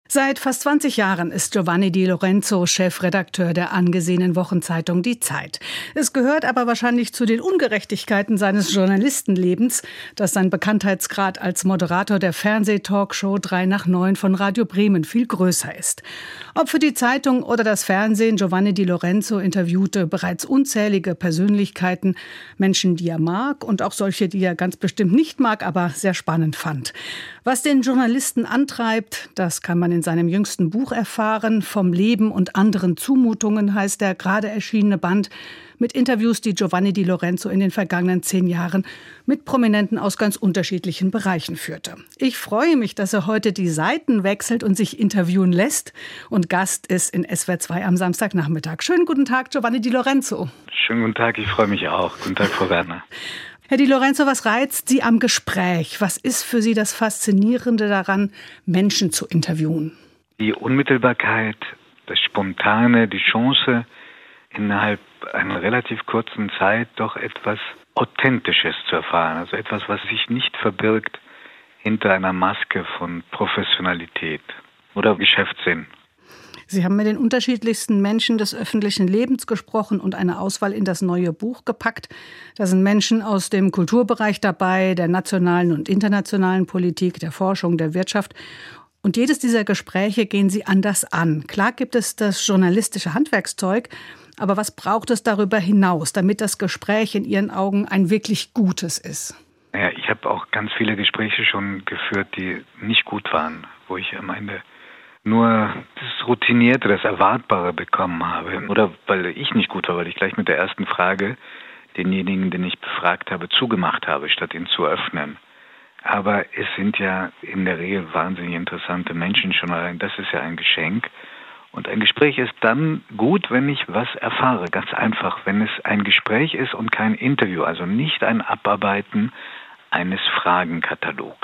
Seit fast 20 Jahren ist Giovanni Di Lorenzo Chefredakteur der angesehenen Wochenzeitung Die Zeit. Es gehört aber wahrscheinlich zu den Ungerechtigkeiten seines Journalistenlebens, dass sein Bekanntheitsgrad als Moderator der Fernsehtalkshow 3 nach 9 von Radio Bremen viel größer ist. Ob für die Zeitung oder das Fernsehen, Giovanni Di Lorenzo interviewte bereits unzählige Persönlichkeiten, Menschen, die er mag und auch solche, die er ganz bestimmt nicht mag, aber sehr spannend fand. Was den Journalisten antreibt, das kann man in seinem jüngsten Buch erfahren. Vom Leben und anderen Zumutungen heißt der gerade erschienene Band mit Interviews, die Giovanni Di Lorenzo in den vergangenen 10 Jahren mit Prominenten aus ganz unterschiedlichen Bereichen führte. Ich freue mich, dass er heute die Seiten wechselt und sich interviewen lässt und Gast ist in SWR 2 am Samstagnachmittag. Schönen guten Tag, Giovanni Di Lorenzo. Schönen guten Tag, ich freue mich auch. Guten Tag, Frau Werner. Herr Di Lorenzo, was reizt Sie am Gespräch? Was ist für Sie das Faszinierende daran, Menschen zu interviewen? Die Unmittelbarkeit, das Spontane, die Chance, innerhalb einer relativ kurzen Zeit doch etwas Authentisches zu erfahren. Also etwas, was sich nicht verbirgt hinter einer Maske von Professionalität oder Geschäftssinn. Sie haben mit den unterschiedlichsten Menschen des öffentlichen Lebens gesprochen und eine Auswahl in das neue Buch gepackt. Da sind Menschen aus dem Kulturbereich dabei, der nationalen und internationalen Politik, der Forschung, der Wirtschaft. Und jedes dieser Gespräche gehen Sie anders an. Klar gibt es das journalistische Handwerkszeug, aber was braucht es darüber hinaus, damit das Gespräch in Ihren Augen ein wirklich gutes ist? Ja, ich habe auch ganz viele Gespräche schon geführt, die nicht gut waren, wo ich am Ende nur das Routinierte, das Erwartbare bekommen habe. Oder weil ich nicht gut war, weil ich gleich mit der ersten Frage denjenigen, den ich befragt habe, zugemacht habe, statt ihn zu öffnen. Aber es sind ja in der Regel wahnsinnig interessante Menschen schon allein. Das ist ja ein Geschenk. Und ein Gespräch ist dann gut, wenn ich was erfahre. Ganz einfach, wenn es ein Gespräch ist und kein Interview. Also nicht ein Abarbeiten eines Fragenkatalogs.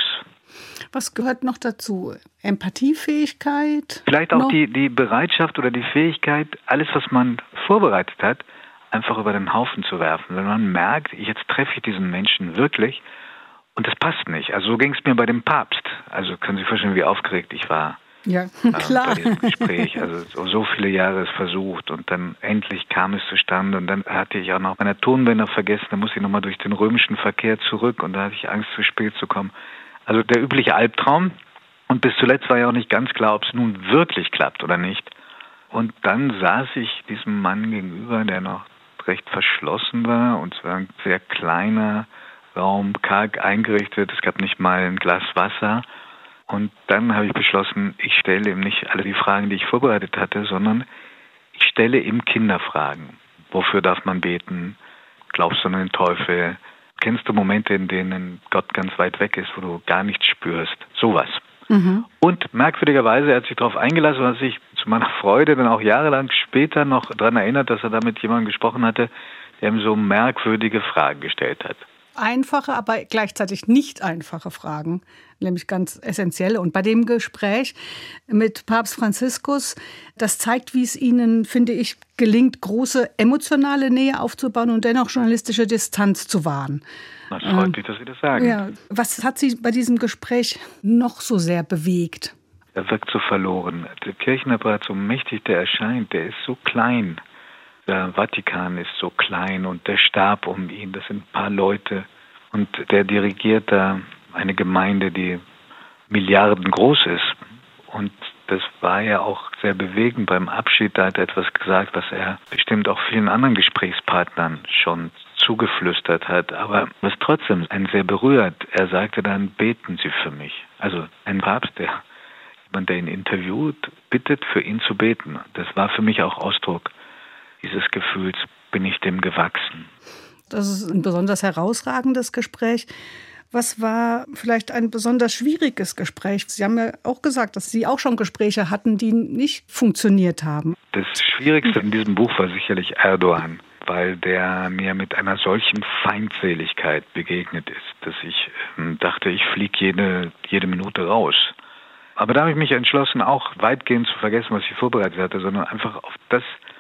Was gehört noch dazu? Empathiefähigkeit? Vielleicht auch die Bereitschaft oder die Fähigkeit, alles, was man vorbereitet hat, einfach über den Haufen zu werfen. Wenn man merkt, jetzt treffe ich diesen Menschen wirklich und das passt nicht. Also so ging es mir bei dem Papst. Also können Sie sich vorstellen, wie aufgeregt ich war. Ja, klar. Bei diesem Gespräch. Also so viele Jahre es versucht und dann endlich kam es zustande und dann hatte ich auch noch meine Tonbänder vergessen, dann musste ich nochmal durch den römischen Verkehr zurück und da hatte ich Angst, zu spät zu kommen. Also der übliche Albtraum. Und bis zuletzt war ja auch nicht ganz klar, ob es nun wirklich klappt oder nicht. Und dann saß ich diesem Mann gegenüber, der noch recht verschlossen war. Und es war ein sehr kleiner Raum, karg eingerichtet. Es gab nicht mal ein Glas Wasser. Und dann habe ich beschlossen, ich stelle ihm nicht alle die Fragen, die ich vorbereitet hatte, sondern ich stelle ihm Kinderfragen. Wofür darf man beten? Glaubst du an den Teufel? Kennst du Momente, in denen Gott ganz weit weg ist, wo du gar nichts spürst? Sowas. Mhm. Und merkwürdigerweise, er hat sich darauf eingelassen und hat sich zu meiner Freude dann auch jahrelang später noch daran erinnert, dass er da mit jemandem gesprochen hatte, der ihm so merkwürdige Fragen gestellt hat. Einfache, aber gleichzeitig nicht einfache Fragen, nämlich ganz essentielle. Und bei dem Gespräch mit Papst Franziskus, das zeigt, wie es Ihnen, finde ich, gelingt, große emotionale Nähe aufzubauen und dennoch journalistische Distanz zu wahren. Das freut mich, dass Sie das sagen. Ja. Was hat Sie bei diesem Gespräch noch so sehr bewegt? Er wirkt so verloren. Der Kirchenapparat, so mächtig der erscheint, der ist so klein. Der Vatikan ist so klein und der Stab um ihn, das sind ein paar Leute. Und der dirigiert da eine Gemeinde, die Milliarden groß ist. Und das war ja auch sehr bewegend beim Abschied. Da hat er etwas gesagt, was er bestimmt auch vielen anderen Gesprächspartnern schon zugeflüstert hat, aber was trotzdem einen sehr berührt. Er sagte dann, beten Sie für mich. Also ein Papst, jemand, der ihn interviewt, bittet, für ihn zu beten. Das war für mich auch Ausdruck dieses Gefühls, bin ich dem gewachsen. Das ist ein besonders herausragendes Gespräch. Was war vielleicht ein besonders schwieriges Gespräch? Sie haben ja auch gesagt, dass Sie auch schon Gespräche hatten, die nicht funktioniert haben. Das Schwierigste in diesem Buch war sicherlich Erdogan, weil der mir mit einer solchen Feindseligkeit begegnet ist, dass ich dachte, ich fliege jede Minute raus. Aber da habe ich mich entschlossen, auch weitgehend zu vergessen, was ich vorbereitet hatte, sondern einfach auf das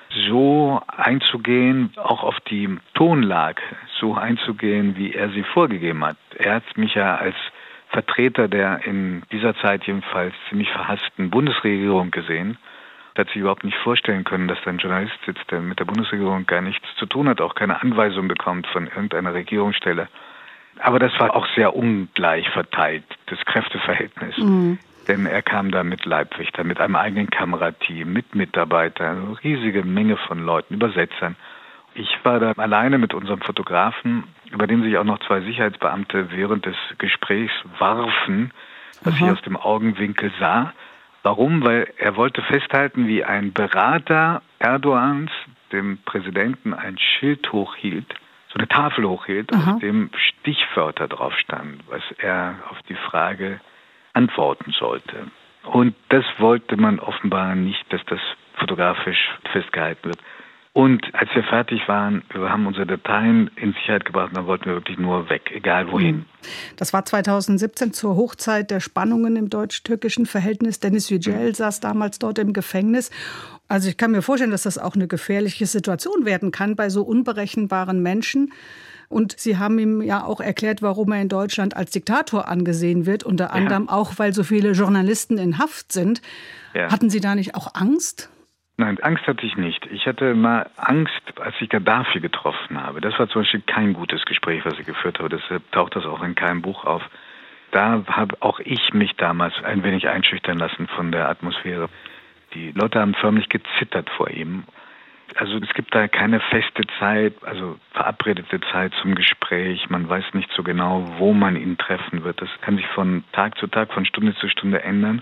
so einzugehen, auch auf die Tonlage so einzugehen, wie er sie vorgegeben hat. Er hat mich ja als Vertreter der in dieser Zeit jedenfalls ziemlich verhassten Bundesregierung gesehen. Er hat sich überhaupt nicht vorstellen können, dass da ein Journalist sitzt, der mit der Bundesregierung gar nichts zu tun hat, auch keine Anweisung bekommt von irgendeiner Regierungsstelle. Aber das war auch sehr ungleich verteilt, das Kräfteverhältnis. Mhm. Denn er kam da mit Leibwächter, mit einem eigenen Kamerateam, mit Mitarbeitern, eine riesige Menge von Leuten, Übersetzern. Ich war da alleine mit unserem Fotografen, über den sich auch noch 2 Sicherheitsbeamte während des Gesprächs warfen, was ich aus dem Augenwinkel sah. Warum? Weil er wollte festhalten, wie ein Berater Erdogans dem Präsidenten ein Schild hochhielt, so eine Tafel hochhielt, auf dem Stichwörter drauf standen, was er auf die Frage antworten sollte. Und das wollte man offenbar nicht, dass das fotografisch festgehalten wird. Und als wir fertig waren, wir haben unsere Dateien in Sicherheit gebracht und dann wollten wir wirklich nur weg, egal wohin. Das war 2017 zur Hochzeit der Spannungen im deutsch-türkischen Verhältnis. Dennis Yücel saß damals dort im Gefängnis. Also ich kann mir vorstellen, dass das auch eine gefährliche Situation werden kann bei so unberechenbaren Menschen. Und Sie haben ihm ja auch erklärt, warum er in Deutschland als Diktator angesehen wird, unter anderem auch, weil so viele Journalisten in Haft sind. Ja. Hatten Sie da nicht auch Angst? Nein, Angst hatte ich nicht. Ich hatte mal Angst, als ich Gaddafi getroffen habe. Das war zum Beispiel kein gutes Gespräch, was ich geführt habe. Deshalb taucht das auch in keinem Buch auf. Da habe auch ich mich damals ein wenig einschüchtern lassen von der Atmosphäre. Die Leute haben förmlich gezittert vor ihm. Also es gibt da keine feste Zeit, also verabredete Zeit zum Gespräch. Man weiß nicht so genau, wo man ihn treffen wird. Das kann sich von Tag zu Tag, von Stunde zu Stunde ändern.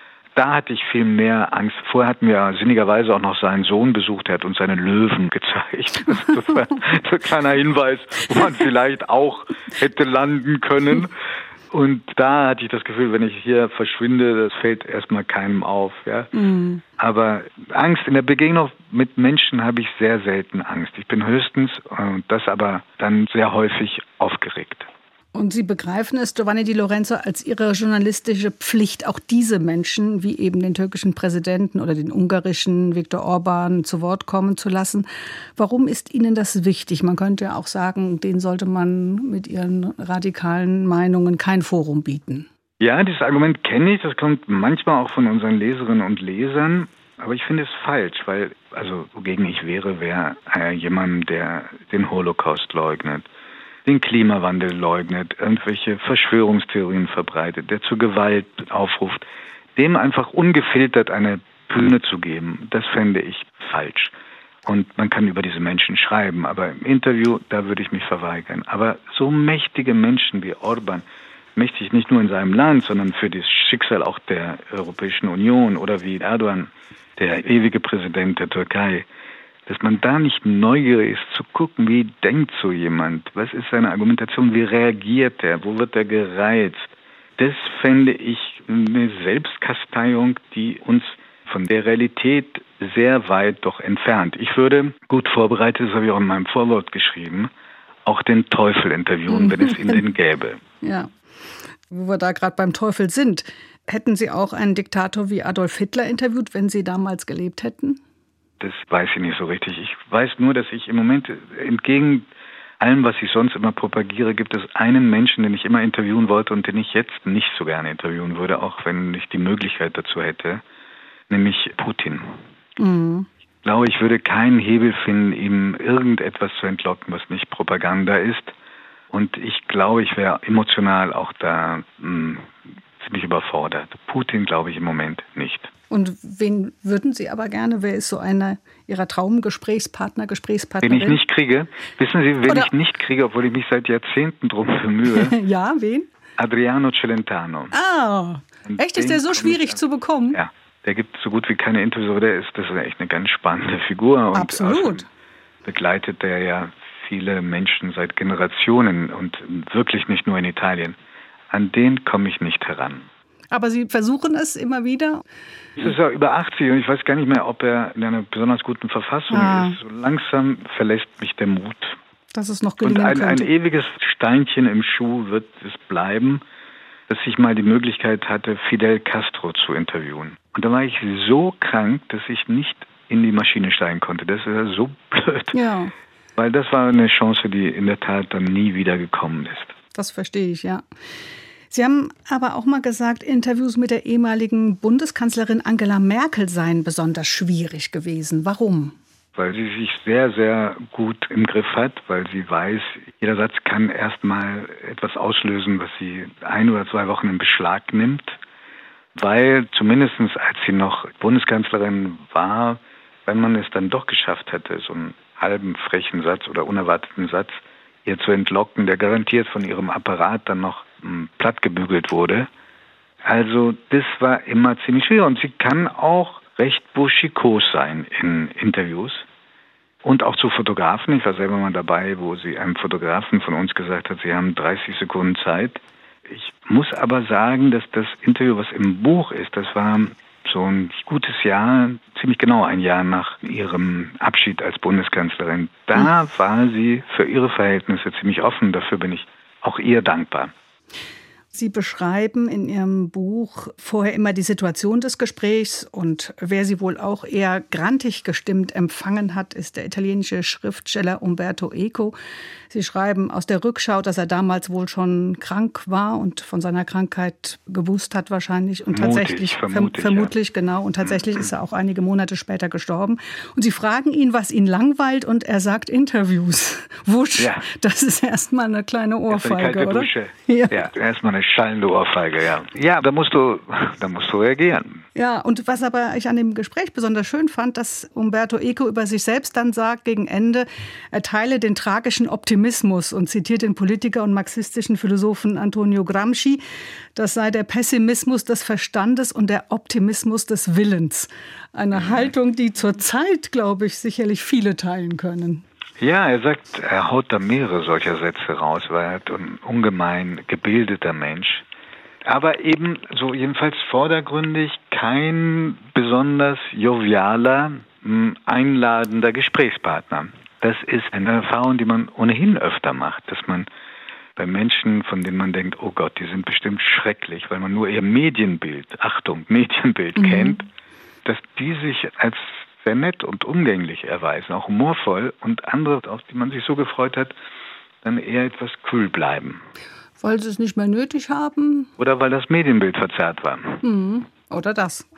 Da hatte ich viel mehr Angst. Vorher hatten wir sinnigerweise auch noch seinen Sohn besucht. Er hat uns seine Löwen gezeigt. Das war ein kleiner Hinweis, wo man vielleicht auch hätte landen können. Und da hatte ich das Gefühl, wenn ich hier verschwinde, das fällt erstmal keinem auf. Ja? Mhm. Aber Angst in der Begegnung mit Menschen habe ich sehr selten Angst. Ich bin höchstens, und das aber dann sehr häufig, aufgeregt. Und Sie begreifen es, Giovanni Di Lorenzo, als Ihre journalistische Pflicht, auch diese Menschen, wie eben den türkischen Präsidenten oder den ungarischen Viktor Orban, zu Wort kommen zu lassen. Warum ist Ihnen das wichtig? Man könnte ja auch sagen, denen sollte man mit ihren radikalen Meinungen kein Forum bieten. Ja, dieses Argument kenne ich. Das kommt manchmal auch von unseren Leserinnen und Lesern. Aber ich finde es falsch, weil, also wogegen ich wäre jemand, der den Holocaust leugnet, den Klimawandel leugnet, irgendwelche Verschwörungstheorien verbreitet, der zu Gewalt aufruft, dem einfach ungefiltert eine Bühne zu geben, das fände ich falsch. Und man kann über diese Menschen schreiben, aber im Interview, da würde ich mich verweigern. Aber so mächtige Menschen wie Orban, mächtig nicht nur in seinem Land, sondern für das Schicksal auch der Europäischen Union oder wie Erdogan, der ewige Präsident der Türkei, dass man da nicht neugierig ist, zu gucken, wie denkt so jemand, was ist seine Argumentation, wie reagiert er, wo wird er gereizt. Das fände ich eine Selbstkasteiung, die uns von der Realität sehr weit doch entfernt. Ich würde, gut vorbereitet, das habe ich auch in meinem Vorwort geschrieben, auch den Teufel interviewen, wenn es ihn denn gäbe. Ja, wo wir da gerade beim Teufel sind. Hätten Sie auch einen Diktator wie Adolf Hitler interviewt, wenn Sie damals gelebt hätten? Das weiß ich nicht so richtig. Ich weiß nur, dass ich im Moment, entgegen allem, was ich sonst immer propagiere, gibt es einen Menschen, den ich immer interviewen wollte und den ich jetzt nicht so gerne interviewen würde, auch wenn ich die Möglichkeit dazu hätte, nämlich Putin. Mhm. Ich glaube, ich würde keinen Hebel finden, ihm irgendetwas zu entlocken, was nicht Propaganda ist. Und ich glaube, ich wäre emotional auch da ziemlich überfordert. Putin glaube ich im Moment nicht. Und wen würden Sie aber gerne? Wer ist so einer Ihrer Traumgesprächspartner, Gesprächspartnerin? Wen ich nicht kriege? Wissen Sie, wen ich nicht kriege, obwohl ich mich seit Jahrzehnten drum bemühe? Ja, wen? Adriano Celentano. Ah, echt? Ist der so schwierig zu bekommen? Ja, der gibt so gut wie keine Interviews, aber das ist echt eine ganz spannende Figur. Und absolut. Begleitet der ja viele Menschen seit Generationen und wirklich nicht nur in Italien. An den komme ich nicht heran. Aber Sie versuchen es immer wieder? Es ist ja über 80 und ich weiß gar nicht mehr, ob er in einer besonders guten Verfassung ist. So langsam verlässt mich der Mut. Dass es noch gelingen könnte. Und ein ewiges Steinchen im Schuh wird es bleiben, dass ich mal die Möglichkeit hatte, Fidel Castro zu interviewen. Und da war ich so krank, dass ich nicht in die Maschine steigen konnte. Das ist ja so blöd. Ja. Weil das war eine Chance, die in der Tat dann nie wieder gekommen ist. Das verstehe ich, ja. Sie haben aber auch mal gesagt, Interviews mit der ehemaligen Bundeskanzlerin Angela Merkel seien besonders schwierig gewesen. Warum? Weil sie sich sehr, sehr gut im Griff hat, weil sie weiß, jeder Satz kann erstmal etwas auslösen, was sie 1 oder 2 Wochen in Beschlag nimmt. Weil zumindest als sie noch Bundeskanzlerin war, wenn man es dann doch geschafft hätte, so einen halben frechen Satz oder unerwarteten Satz ihr zu entlocken, der garantiert von ihrem Apparat dann noch plattgebügelt wurde. Also das war immer ziemlich schwierig und sie kann auch recht burschikos sein in Interviews und auch zu Fotografen. Ich war selber mal dabei, wo sie einem Fotografen von uns gesagt hat, sie haben 30 Sekunden Zeit. Ich muss aber sagen, dass das Interview, was im Buch ist, das war so ein gutes Jahr, ziemlich genau ein Jahr nach ihrem Abschied als Bundeskanzlerin. Da war sie für ihre Verhältnisse ziemlich offen. Dafür bin ich auch ihr dankbar. Sie beschreiben in Ihrem Buch vorher immer die Situation des Gesprächs und wer Sie wohl auch eher grantig gestimmt empfangen hat, ist der italienische Schriftsteller Umberto Eco. Sie schreiben aus der Rückschau, dass er damals wohl schon krank war und von seiner Krankheit gewusst hat wahrscheinlich und vermutlich, genau, und tatsächlich ist er auch einige Monate später gestorben. Und Sie fragen ihn, was ihn langweilt und er sagt Interviews. Wusch, ja. Das ist erstmal eine kleine Ohrfeige, oder? Ja, erstmal eine schallende Ohrfeige, ja. Ja, da musst du reagieren. Ja, und was aber ich an dem Gespräch besonders schön fand, dass Umberto Eco über sich selbst dann sagt, gegen Ende, er teile den tragischen Optimismus und zitiert den Politiker und marxistischen Philosophen Antonio Gramsci, das sei der Pessimismus des Verstandes und der Optimismus des Willens. Eine Haltung, die zurzeit, glaube ich, sicherlich viele teilen können. Ja, er sagt, er haut da mehrere solcher Sätze raus, weil er ein ungemein gebildeter Mensch, aber eben so jedenfalls vordergründig kein besonders jovialer, einladender Gesprächspartner. Das ist eine Erfahrung, die man ohnehin öfter macht, dass man bei Menschen, von denen man denkt, oh Gott, die sind bestimmt schrecklich, weil man nur ihr Medienbild kennt, dass die sich als sehr nett und umgänglich erweisen, auch humorvoll, und andere, auf die man sich so gefreut hat, dann eher etwas kühl bleiben. Weil sie es nicht mehr nötig haben? Oder weil das Medienbild verzerrt war. Oder das.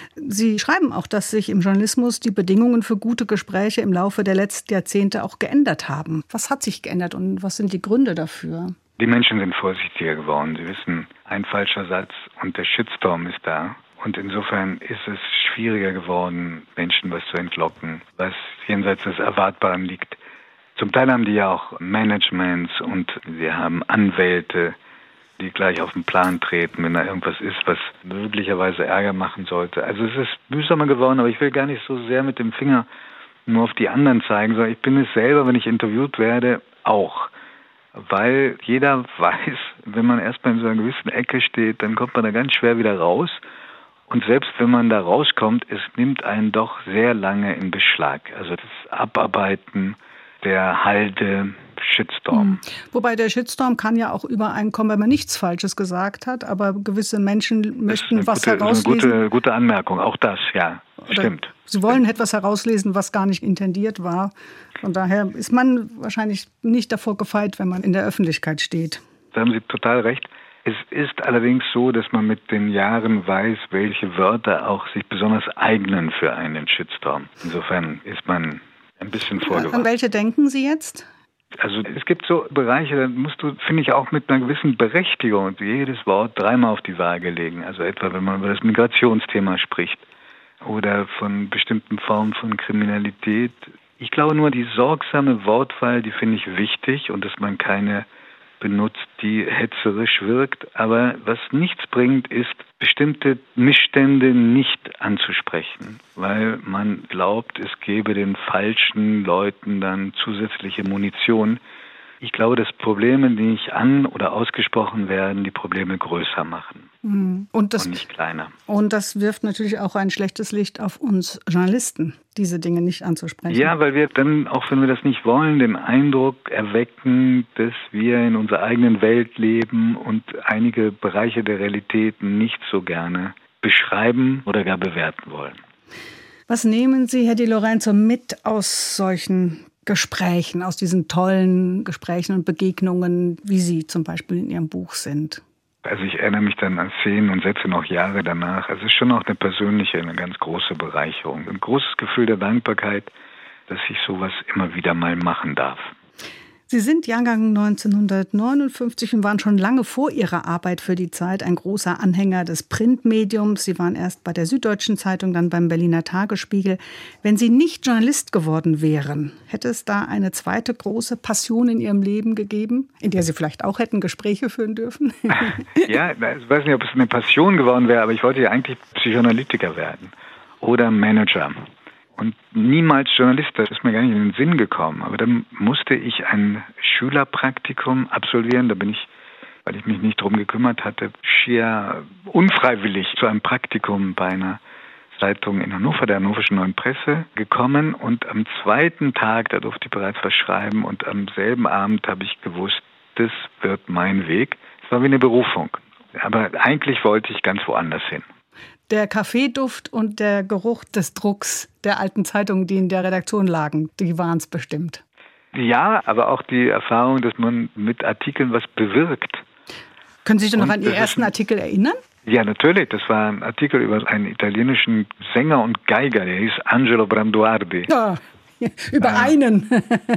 Sie schreiben auch, dass sich im Journalismus die Bedingungen für gute Gespräche im Laufe der letzten Jahrzehnte auch geändert haben. Was hat sich geändert und was sind die Gründe dafür? Die Menschen sind vorsichtiger geworden. Sie wissen, ein falscher Satz und der Shitstorm ist da. Und insofern ist es schwieriger geworden, Menschen was zu entlocken, was jenseits des Erwartbaren liegt. Zum Teil haben die ja auch Managements und wir haben Anwälte, die gleich auf den Plan treten, wenn da irgendwas ist, was möglicherweise Ärger machen sollte. Also es ist mühsamer geworden, aber ich will gar nicht so sehr mit dem Finger nur auf die anderen zeigen, sondern ich bin es selber, wenn ich interviewt werde, auch. Weil jeder weiß, wenn man erstmal in so einer gewissen Ecke steht, dann kommt man da ganz schwer wieder raus. Und selbst wenn man da rauskommt, es nimmt einen doch sehr lange in Beschlag. Also das Abarbeiten der Halde, Shitstorm. Wobei der Shitstorm kann ja auch übereinkommen, wenn man nichts Falsches gesagt hat, aber gewisse Menschen möchten was herauslesen. Das ist eine gute Anmerkung, auch das, ja, stimmt. Sie wollen etwas herauslesen, was gar nicht intendiert war. Von daher ist man wahrscheinlich nicht davor gefeit, wenn man in der Öffentlichkeit steht. Da haben Sie total recht. Es ist allerdings so, dass man mit den Jahren weiß, welche Wörter auch sich besonders eignen für einen Shitstorm. Insofern ist man ein bisschen vorgewarnt. An welche denken Sie jetzt? Also es gibt so Bereiche, da musst du, finde ich, auch mit einer gewissen Berechtigung jedes Wort 3-mal auf die Waage legen. Also etwa, wenn man über das Migrationsthema spricht oder von bestimmten Formen von Kriminalität. Ich glaube nur, die sorgsame Wortwahl, die finde ich wichtig und dass man keine benutzt, die hetzerisch wirkt. Aber was nichts bringt, ist, bestimmte Missstände nicht anzusprechen, weil man glaubt, es gebe den falschen Leuten dann zusätzliche Munition. Ich glaube, dass Probleme, die nicht an- oder ausgesprochen werden, die Probleme größer machen und nicht kleiner. Und das wirft natürlich auch ein schlechtes Licht auf uns Journalisten, diese Dinge nicht anzusprechen. Ja, weil wir dann, auch wenn wir das nicht wollen, den Eindruck erwecken, dass wir in unserer eigenen Welt leben und einige Bereiche der Realität nicht so gerne beschreiben oder gar bewerten wollen. Was nehmen Sie, Herr Di Lorenzo, mit aus solchen Gesprächen, aus diesen tollen Gesprächen und Begegnungen, wie sie zum Beispiel in Ihrem Buch sind? Also ich erinnere mich dann an Szenen und Sätze noch Jahre danach. Also es ist schon auch eine ganz große Bereicherung. Ein großes Gefühl der Dankbarkeit, dass ich sowas immer wieder mal machen darf. Sie sind Jahrgang 1959 und waren schon lange vor Ihrer Arbeit für die Zeit ein großer Anhänger des Printmediums. Sie waren erst bei der Süddeutschen Zeitung, dann beim Berliner Tagesspiegel. Wenn Sie nicht Journalist geworden wären, hätte es da eine zweite große Passion in Ihrem Leben gegeben, in der Sie vielleicht auch hätten Gespräche führen dürfen? Ja, ich weiß nicht, ob es eine Passion geworden wäre, aber ich wollte ja eigentlich Psychoanalytiker werden oder Manager. Und niemals Journalist, das ist mir gar nicht in den Sinn gekommen. Aber dann musste ich ein Schülerpraktikum absolvieren. Da bin ich, weil ich mich nicht drum gekümmert hatte, schier unfreiwillig zu einem Praktikum bei einer Zeitung in Hannover, der Hannoverschen Neuen Presse, gekommen. Und am zweiten Tag, da durfte ich bereits was schreiben. Und am selben Abend habe ich gewusst, das wird mein Weg. Es war wie eine Berufung. Aber eigentlich wollte ich ganz woanders hin. Der Kaffeeduft und der Geruch des Drucks der alten Zeitungen, die in der Redaktion lagen, die waren es bestimmt. Ja, aber auch die Erfahrung, dass man mit Artikeln was bewirkt. Können Sie sich noch an Ihren ersten Artikel erinnern? Ja, natürlich. Das war ein Artikel über einen italienischen Sänger und Geiger, der hieß Angelo Branduardi. Ja, über einen.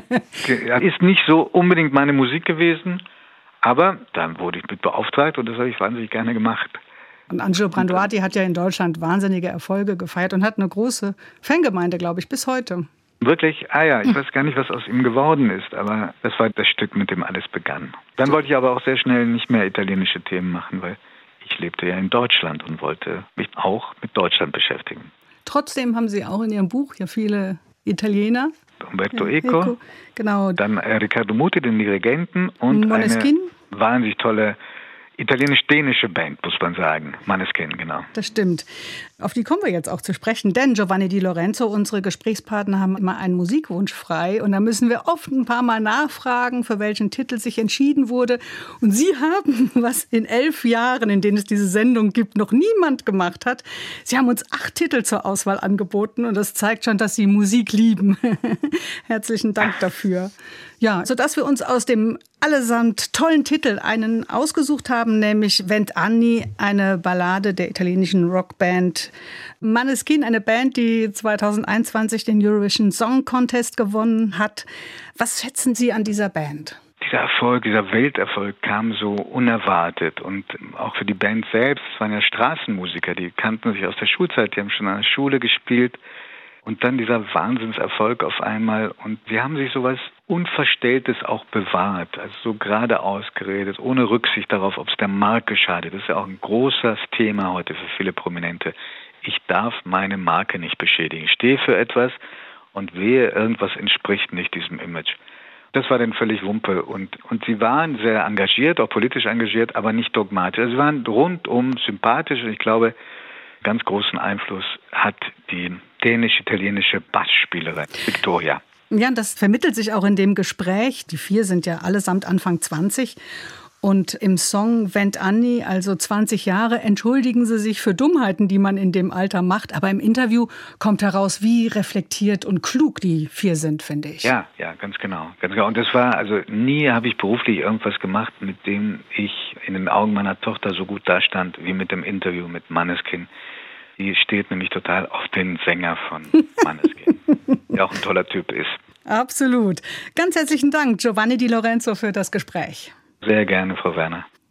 Ist nicht so unbedingt meine Musik gewesen, aber dann wurde ich mit beauftragt und das habe ich wahnsinnig gerne gemacht. Und Angelo Branduardi hat ja in Deutschland wahnsinnige Erfolge gefeiert und hat eine große Fangemeinde, glaube ich, bis heute. Wirklich? Ah ja, ich weiß gar nicht, was aus ihm geworden ist, aber das war das Stück, mit dem alles begann. Dann wollte ich aber auch sehr schnell nicht mehr italienische Themen machen, weil ich lebte ja in Deutschland und wollte mich auch mit Deutschland beschäftigen. Trotzdem haben Sie auch in Ihrem Buch ja viele Italiener. Umberto Eco, genau. Dann Riccardo Muti, den Dirigenten, und Måneskin. Eine wahnsinnig tolle italienisch-dänische Band, muss man sagen. Måneskin, genau. Das stimmt. Auf die kommen wir jetzt auch zu sprechen, denn Giovanni Di Lorenzo, unsere Gesprächspartner, haben immer einen Musikwunsch frei und da müssen wir oft ein paar Mal nachfragen, für welchen Titel sich entschieden wurde. Und Sie haben, was in 11 Jahren, in denen es diese Sendung gibt, noch niemand gemacht hat. Sie haben uns 8 Titel zur Auswahl angeboten und das zeigt schon, dass Sie Musik lieben. Herzlichen Dank dafür. Ja, sodass wir uns aus dem allesamt tollen Titel einen ausgesucht haben, nämlich Vent Anni, eine Ballade der italienischen Rockband Måneskin, eine Band, die 2021 den Eurovision Song Contest gewonnen hat. Was schätzen Sie an dieser Band? Dieser Erfolg, dieser Welterfolg kam so unerwartet und auch für die Band selbst, es waren ja Straßenmusiker, die kannten sich aus der Schulzeit, die haben schon an der Schule gespielt. Und dann dieser Wahnsinnserfolg auf einmal. Und sie haben sich sowas Unverstelltes auch bewahrt. Also so geradeaus geredet, ohne Rücksicht darauf, ob es der Marke schadet. Das ist ja auch ein großes Thema heute für viele Prominente. Ich darf meine Marke nicht beschädigen. Ich stehe für etwas und wehe, irgendwas entspricht nicht diesem Image. Das war dann völlig Wumpe. Und sie waren sehr engagiert, auch politisch engagiert, aber nicht dogmatisch. Also sie waren rundum sympathisch und ich glaube, ganz großen Einfluss hat die dänisch-italienische Bassspielerin Victoria. Ja, das vermittelt sich auch in dem Gespräch. Die 4 sind ja allesamt Anfang 20. Und im Song Vent Anni, also 20 Jahre, entschuldigen sie sich für Dummheiten, die man in dem Alter macht. Aber im Interview kommt heraus, wie reflektiert und klug die 4 sind, finde ich. Ja, ganz genau. Und das war, also nie habe ich beruflich irgendwas gemacht, mit dem ich in den Augen meiner Tochter so gut dastand, wie mit dem Interview mit Måneskin. Die steht nämlich total auf den Sänger von Måneskin, der auch ein toller Typ ist. Absolut. Ganz herzlichen Dank, Giovanni Di Lorenzo, für das Gespräch. Sehr gerne, Frau Werner.